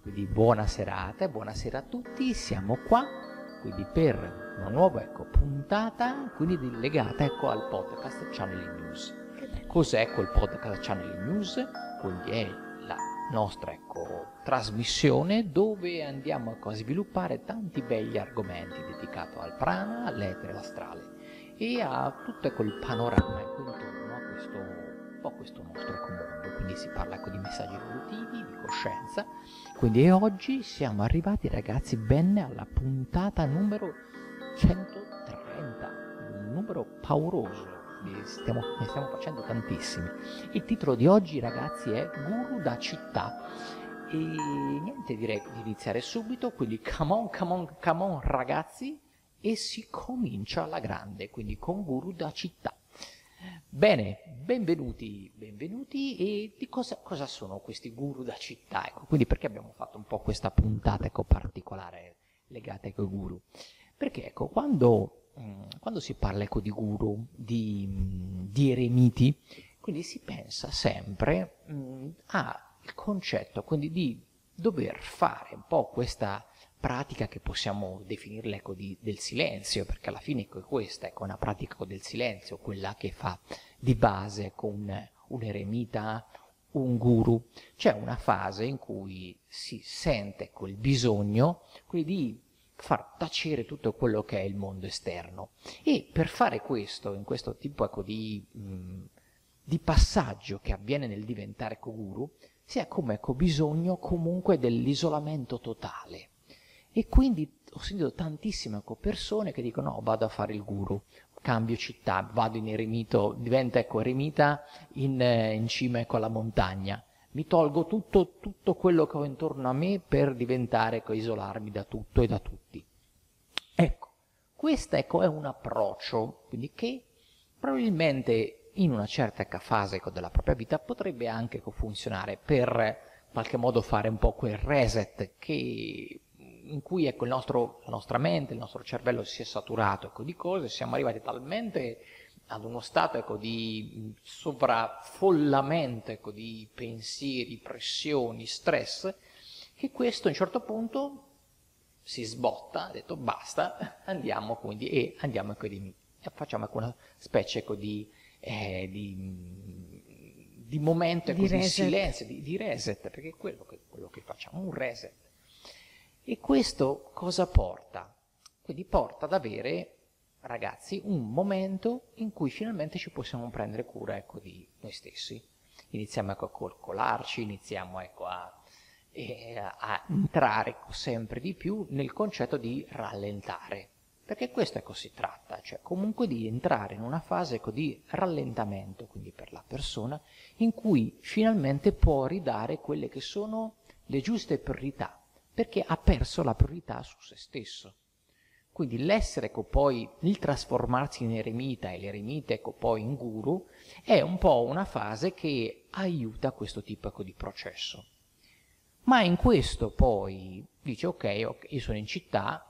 Quindi buona serata e buonasera a tutti, siamo qua quindi per una nuova puntata legata al podcast Channeling News. Cos'è quel podcast Channeling News? Quindi è la nostra trasmissione dove andiamo a sviluppare tanti begli argomenti dedicati al prana, all'etere, all'astrale e a tutto il panorama intorno a questo nostro mondo. Quindi si parla di messaggi evolutivi, di coscienza. Quindi oggi siamo arrivati, ragazzi, ben alla puntata numero 130, un numero pauroso, ne stiamo facendo tantissimi. Il titolo di oggi, ragazzi, è Guru da città. E niente, direi di iniziare subito, quindi come on ragazzi, e si comincia alla grande, quindi con Guru da città. Bene, benvenuti, e di cosa sono questi guru da città? Quindi perché abbiamo fatto un po' questa puntata particolare legata ai guru? Perché quando si parla di guru, di eremiti, quindi si pensa sempre al concetto quindi di dover fare un po' questa pratica che possiamo definirla del silenzio, perché alla fine questa è una pratica del silenzio, quella che fa di base con un eremita, un guru. C'è una fase in cui si sente il bisogno di far tacere tutto quello che è il mondo esterno, e per fare questo, in questo tipo di passaggio che avviene nel diventare guru, si ha bisogno comunque dell'isolamento totale. E quindi ho sentito tantissime persone che dicono: no, vado a fare il guru, cambio città, vado in eremito, divento eremita in cima alla montagna, mi tolgo tutto quello che ho intorno a me per diventare isolarmi da tutto e da tutti. Ecco, questo è un approccio quindi che probabilmente in una certa fase della propria vita potrebbe anche funzionare per in qualche modo fare un po' quel reset in cui la nostra mente, il nostro cervello si è saturato di cose, siamo arrivati talmente ad uno stato di sovraffollamento di pensieri, pressioni, stress, che questo a un certo punto si sbotta, ha detto basta, andiamo e facciamo una specie di momento di silenzio, di reset, perché è quello che facciamo, un reset. E questo cosa porta? Quindi porta ad avere, ragazzi, un momento in cui finalmente ci possiamo prendere cura di noi stessi. Iniziamo a coccolarci, iniziamo a entrare sempre di più nel concetto di rallentare. Perché questo si tratta, cioè comunque di entrare in una fase di rallentamento, quindi per la persona, in cui finalmente può ridare quelle che sono le giuste priorità, perché ha perso la priorità su se stesso. Quindi l'essere poi, il trasformarsi in eremita e l'eremita poi in guru, è un po' una fase che aiuta questo tipo di processo. Ma in questo poi dice ok, io sono in città,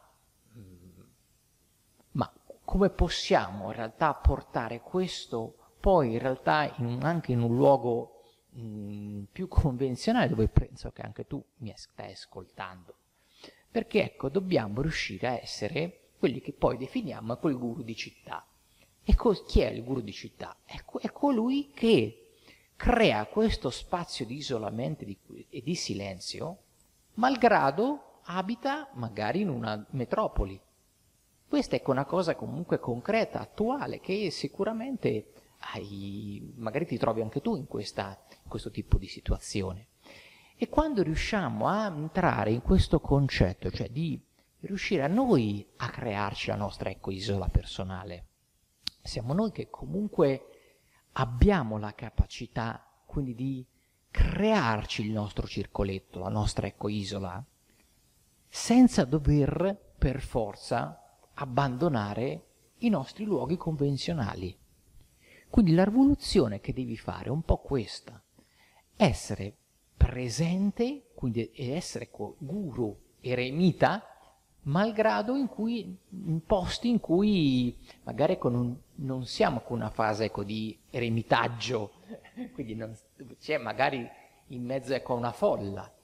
ma come possiamo in realtà portare questo poi in realtà anche in un luogo più convenzionale, dove penso che anche tu mi stai ascoltando? Perché dobbiamo riuscire a essere quelli che poi definiamo quel guru di città. E chi è il guru di città? È colui che crea questo spazio di isolamento e di silenzio, malgrado abita magari in una metropoli. Questa è una cosa comunque concreta, attuale, che sicuramente magari ti trovi anche tu in questo tipo di situazione. E quando riusciamo a entrare in questo concetto, cioè di riuscire a noi a crearci la nostra isola personale, siamo noi che comunque abbiamo la capacità quindi di crearci il nostro circoletto, la nostra isola, senza dover per forza abbandonare i nostri luoghi convenzionali. Quindi la rivoluzione che devi fare è un po' questa: essere presente, quindi essere guru, eremita, malgrado in posti in cui magari non siamo con una fase di eremitaggio, quindi c'è magari in mezzo a una folla,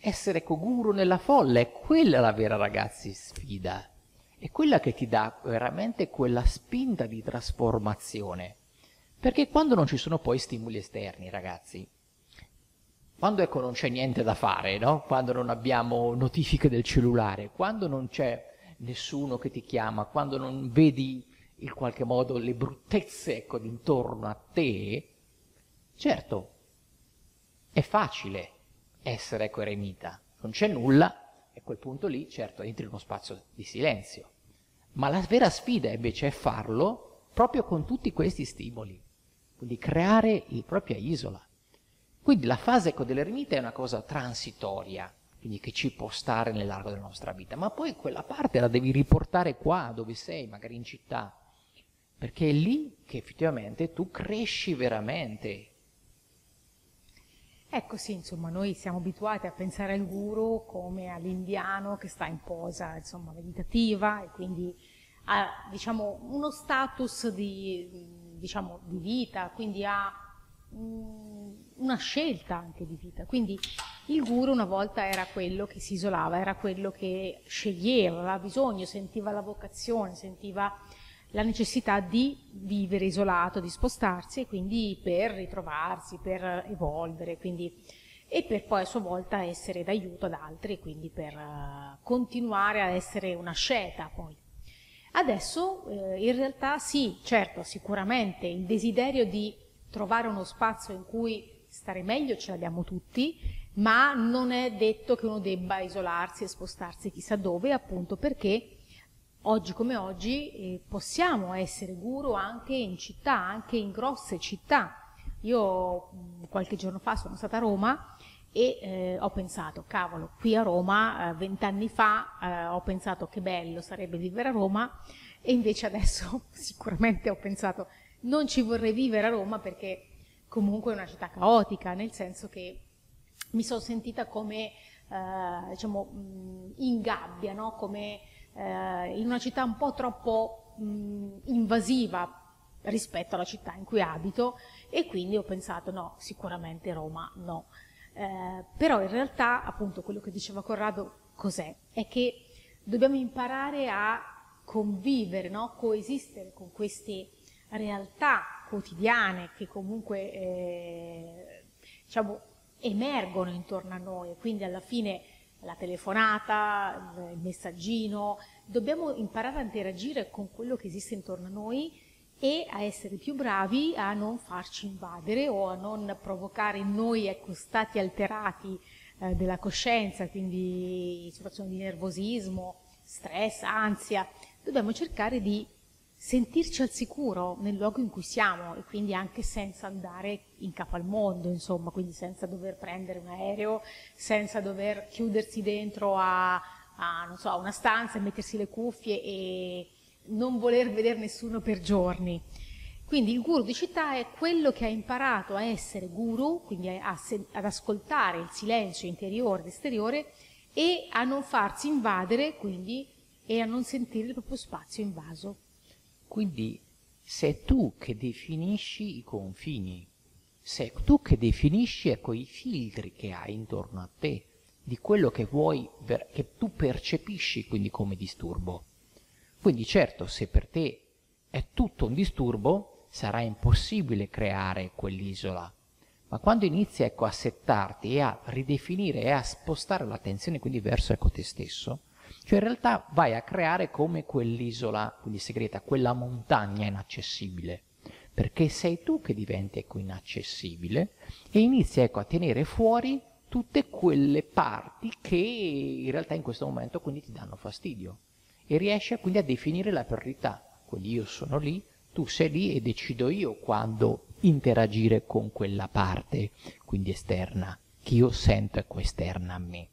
essere ecco guru nella folla, è quella la vera, ragazzi, sfida. È quella che ti dà veramente quella spinta di trasformazione. Perché quando non ci sono poi stimoli esterni, ragazzi, quando ecco non c'è niente da fare, no? Quando non abbiamo notifiche del cellulare, quando non c'è nessuno che ti chiama, quando non vedi in qualche modo le bruttezze ecco intorno a te, certo, è facile essere ecco eremita, non c'è nulla, e a quel punto lì certo entri in uno spazio di silenzio. Ma la vera sfida invece è farlo proprio con tutti questi stimoli, quindi creare la propria isola. Quindi la fase ecco, dell'eremita è una cosa transitoria, quindi che ci può stare nell'arco della nostra vita, ma poi quella parte la devi riportare qua dove sei, magari in città, perché è lì che effettivamente tu cresci veramente. Ecco sì, insomma, noi siamo abituati a pensare al guru come all'indiano che sta in posa, insomma, meditativa e quindi ha, diciamo, uno status di, diciamo, di vita, quindi ha una scelta anche di vita. Quindi il guru una volta era quello che si isolava, era quello che sceglieva, aveva bisogno, sentiva la vocazione, sentiva la necessità di vivere isolato, di spostarsi e quindi per ritrovarsi, per evolvere, quindi, e per poi a sua volta essere d'aiuto ad altri, quindi per continuare a essere una sceta poi. Adesso in realtà sì, certo, sicuramente il desiderio di trovare uno spazio in cui stare meglio ce l'abbiamo tutti, ma non è detto che uno debba isolarsi e spostarsi chissà dove, appunto perché oggi come oggi possiamo essere guru anche in città, anche in grosse città. Io qualche giorno fa sono stata a Roma e ho pensato, cavolo, qui a Roma 20 anni fa ho pensato che bello sarebbe vivere a Roma e invece adesso sicuramente ho pensato non ci vorrei vivere a Roma perché comunque è una città caotica, nel senso che mi sono sentita come diciamo in gabbia, no? Come in una città un po' troppo invasiva rispetto alla città in cui abito e quindi ho pensato no, sicuramente Roma no. Però in realtà appunto quello che diceva Corrado cos'è? È che dobbiamo imparare a convivere, no? Coesistere con queste realtà quotidiane che comunque diciamo emergono intorno a noi, quindi alla fine la telefonata, il messaggino, dobbiamo imparare a interagire con quello che esiste intorno a noi e a essere più bravi a non farci invadere o a non provocare in noi ecco, stati alterati della coscienza, quindi situazioni di nervosismo, stress, ansia. Dobbiamo cercare di sentirci al sicuro nel luogo in cui siamo e quindi anche senza andare in capo al mondo, insomma, quindi senza dover prendere un aereo, senza dover chiudersi dentro non so, a una stanza e mettersi le cuffie e non voler vedere nessuno per giorni. Quindi il guru di città è quello che ha imparato a essere guru, quindi ad ascoltare il silenzio interiore ed esteriore e a non farsi invadere, quindi, e a non sentire il proprio spazio invaso. Quindi sei tu che definisci i confini, sei tu che definisci ecco, i filtri che hai intorno a te, di quello che vuoi, che tu percepisci quindi come disturbo. Quindi certo, se per te è tutto un disturbo, sarà impossibile creare quell'isola. Ma quando inizi ecco, a settarti e a ridefinire e a spostare l'attenzione quindi verso ecco, te stesso, cioè in realtà vai a creare come quell'isola, quindi segreta, quella montagna inaccessibile, perché sei tu che diventi ecco, inaccessibile e inizi ecco, a tenere fuori tutte quelle parti che in realtà in questo momento quindi ti danno fastidio e riesci quindi a definire la priorità. Quindi io sono lì, tu sei lì e decido io quando interagire con quella parte, quindi esterna, che io sento ecco esterna a me.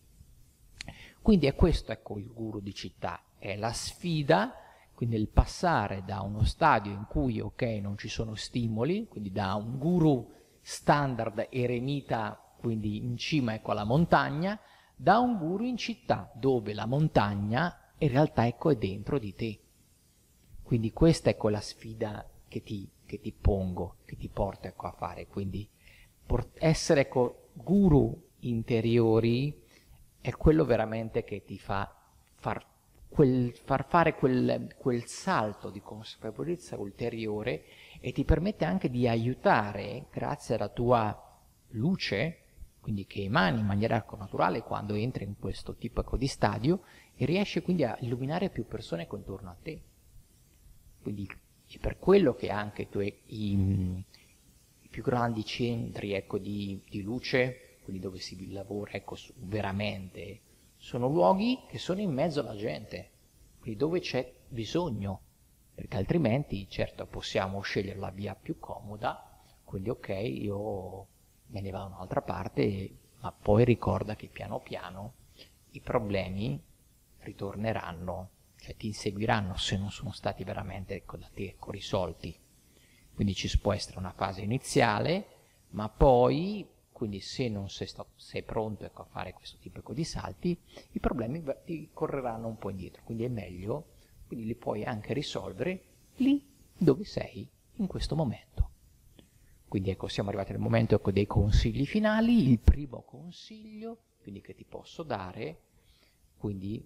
Quindi è questo ecco il guru di città, è la sfida, quindi il passare da uno stadio in cui ok non ci sono stimoli, quindi da un guru standard eremita, quindi in cima ecco alla montagna, da un guru in città dove la montagna in realtà ecco è dentro di te. Quindi questa ecco la sfida che ti pongo, che ti porto ecco a fare, quindi essere ecco guru interiori è quello veramente che ti fa far fare quel salto di consapevolezza ulteriore e ti permette anche di aiutare, grazie alla tua luce, quindi che emani in maniera naturale quando entri in questo tipo di stadio, e riesci quindi a illuminare più persone intorno a te. Quindi è per quello che anche i più grandi centri, ecco, di luce, quindi dove si lavora, ecco, veramente, sono luoghi che sono in mezzo alla gente, quindi dove c'è bisogno, perché altrimenti, certo, possiamo scegliere la via più comoda, quindi ok, io me ne vado da un'altra parte, ma poi ricorda che piano piano i problemi ritorneranno, cioè ti inseguiranno se non sono stati veramente da te risolti. Quindi ci può essere una fase iniziale, ma poi, quindi se non sei pronto, ecco, a fare questo tipo di salti, i problemi ti correranno un po' indietro, quindi è meglio, quindi li puoi anche risolvere lì dove sei in questo momento. Quindi ecco, siamo arrivati al momento, ecco, dei consigli finali. Il primo consiglio, quindi, che ti posso dare, quindi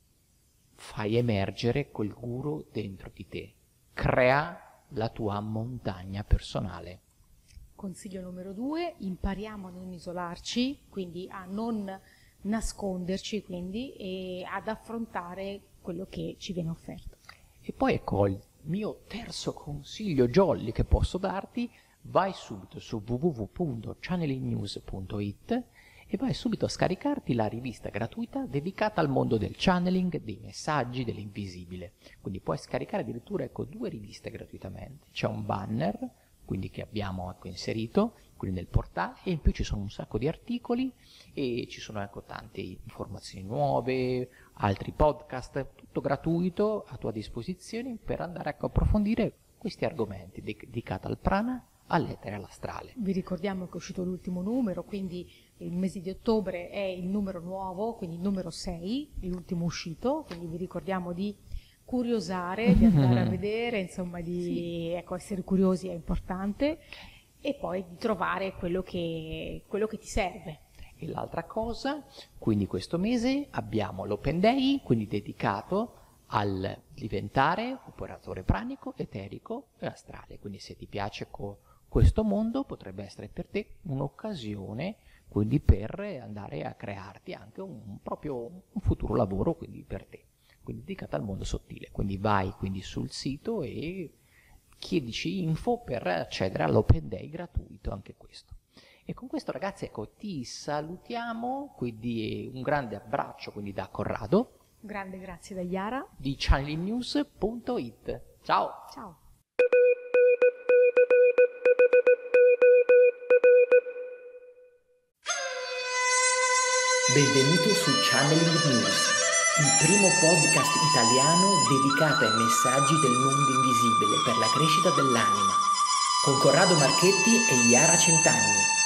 fai emergere quel guru dentro di te, crea la tua montagna personale. Consiglio numero 2, impariamo a non isolarci, quindi a non nasconderci, quindi, e ad affrontare quello che ci viene offerto. E poi ecco il mio terzo consiglio jolly che posso darti: vai subito su www.channelingnews.it e vai subito a scaricarti la rivista gratuita dedicata al mondo del channeling, dei messaggi, dell'invisibile. Quindi puoi scaricare addirittura, ecco, 2 riviste gratuitamente. C'è un banner, quindi, che abbiamo, ecco, inserito quindi nel portale, e in più ci sono un sacco di articoli e ci sono, ecco, tante informazioni nuove, altri podcast, tutto gratuito a tua disposizione per andare, ecco, a approfondire questi argomenti dedicati al prana, all'etere e all'astrale. Vi ricordiamo che è uscito l'ultimo numero, quindi il mese di ottobre è il numero nuovo, quindi il numero 6, l'ultimo uscito, quindi vi ricordiamo di curiosare, di andare a vedere, insomma, di ecco, essere curiosi è importante, e poi di trovare quello che ti serve. E l'altra cosa, quindi questo mese abbiamo l'Open Day, quindi dedicato al diventare operatore pranico, eterico e astrale. Quindi se ti piace questo mondo, potrebbe essere per te un'occasione, quindi, per andare a crearti anche un futuro lavoro, quindi per te, quindi dedicato al mondo sottile. Quindi vai quindi sul sito e chiedici info per accedere all'Open Day gratuito, anche questo. E con questo, ragazzi, ecco, ti salutiamo, quindi un grande abbraccio quindi da Corrado. Un grande grazie da Iara di channelingnews.it. Ciao! Ciao! Benvenuto su Channeling News, il primo podcast italiano dedicato ai messaggi del mondo invisibile per la crescita dell'anima, con Corrado Marchetti e Iara Centanni.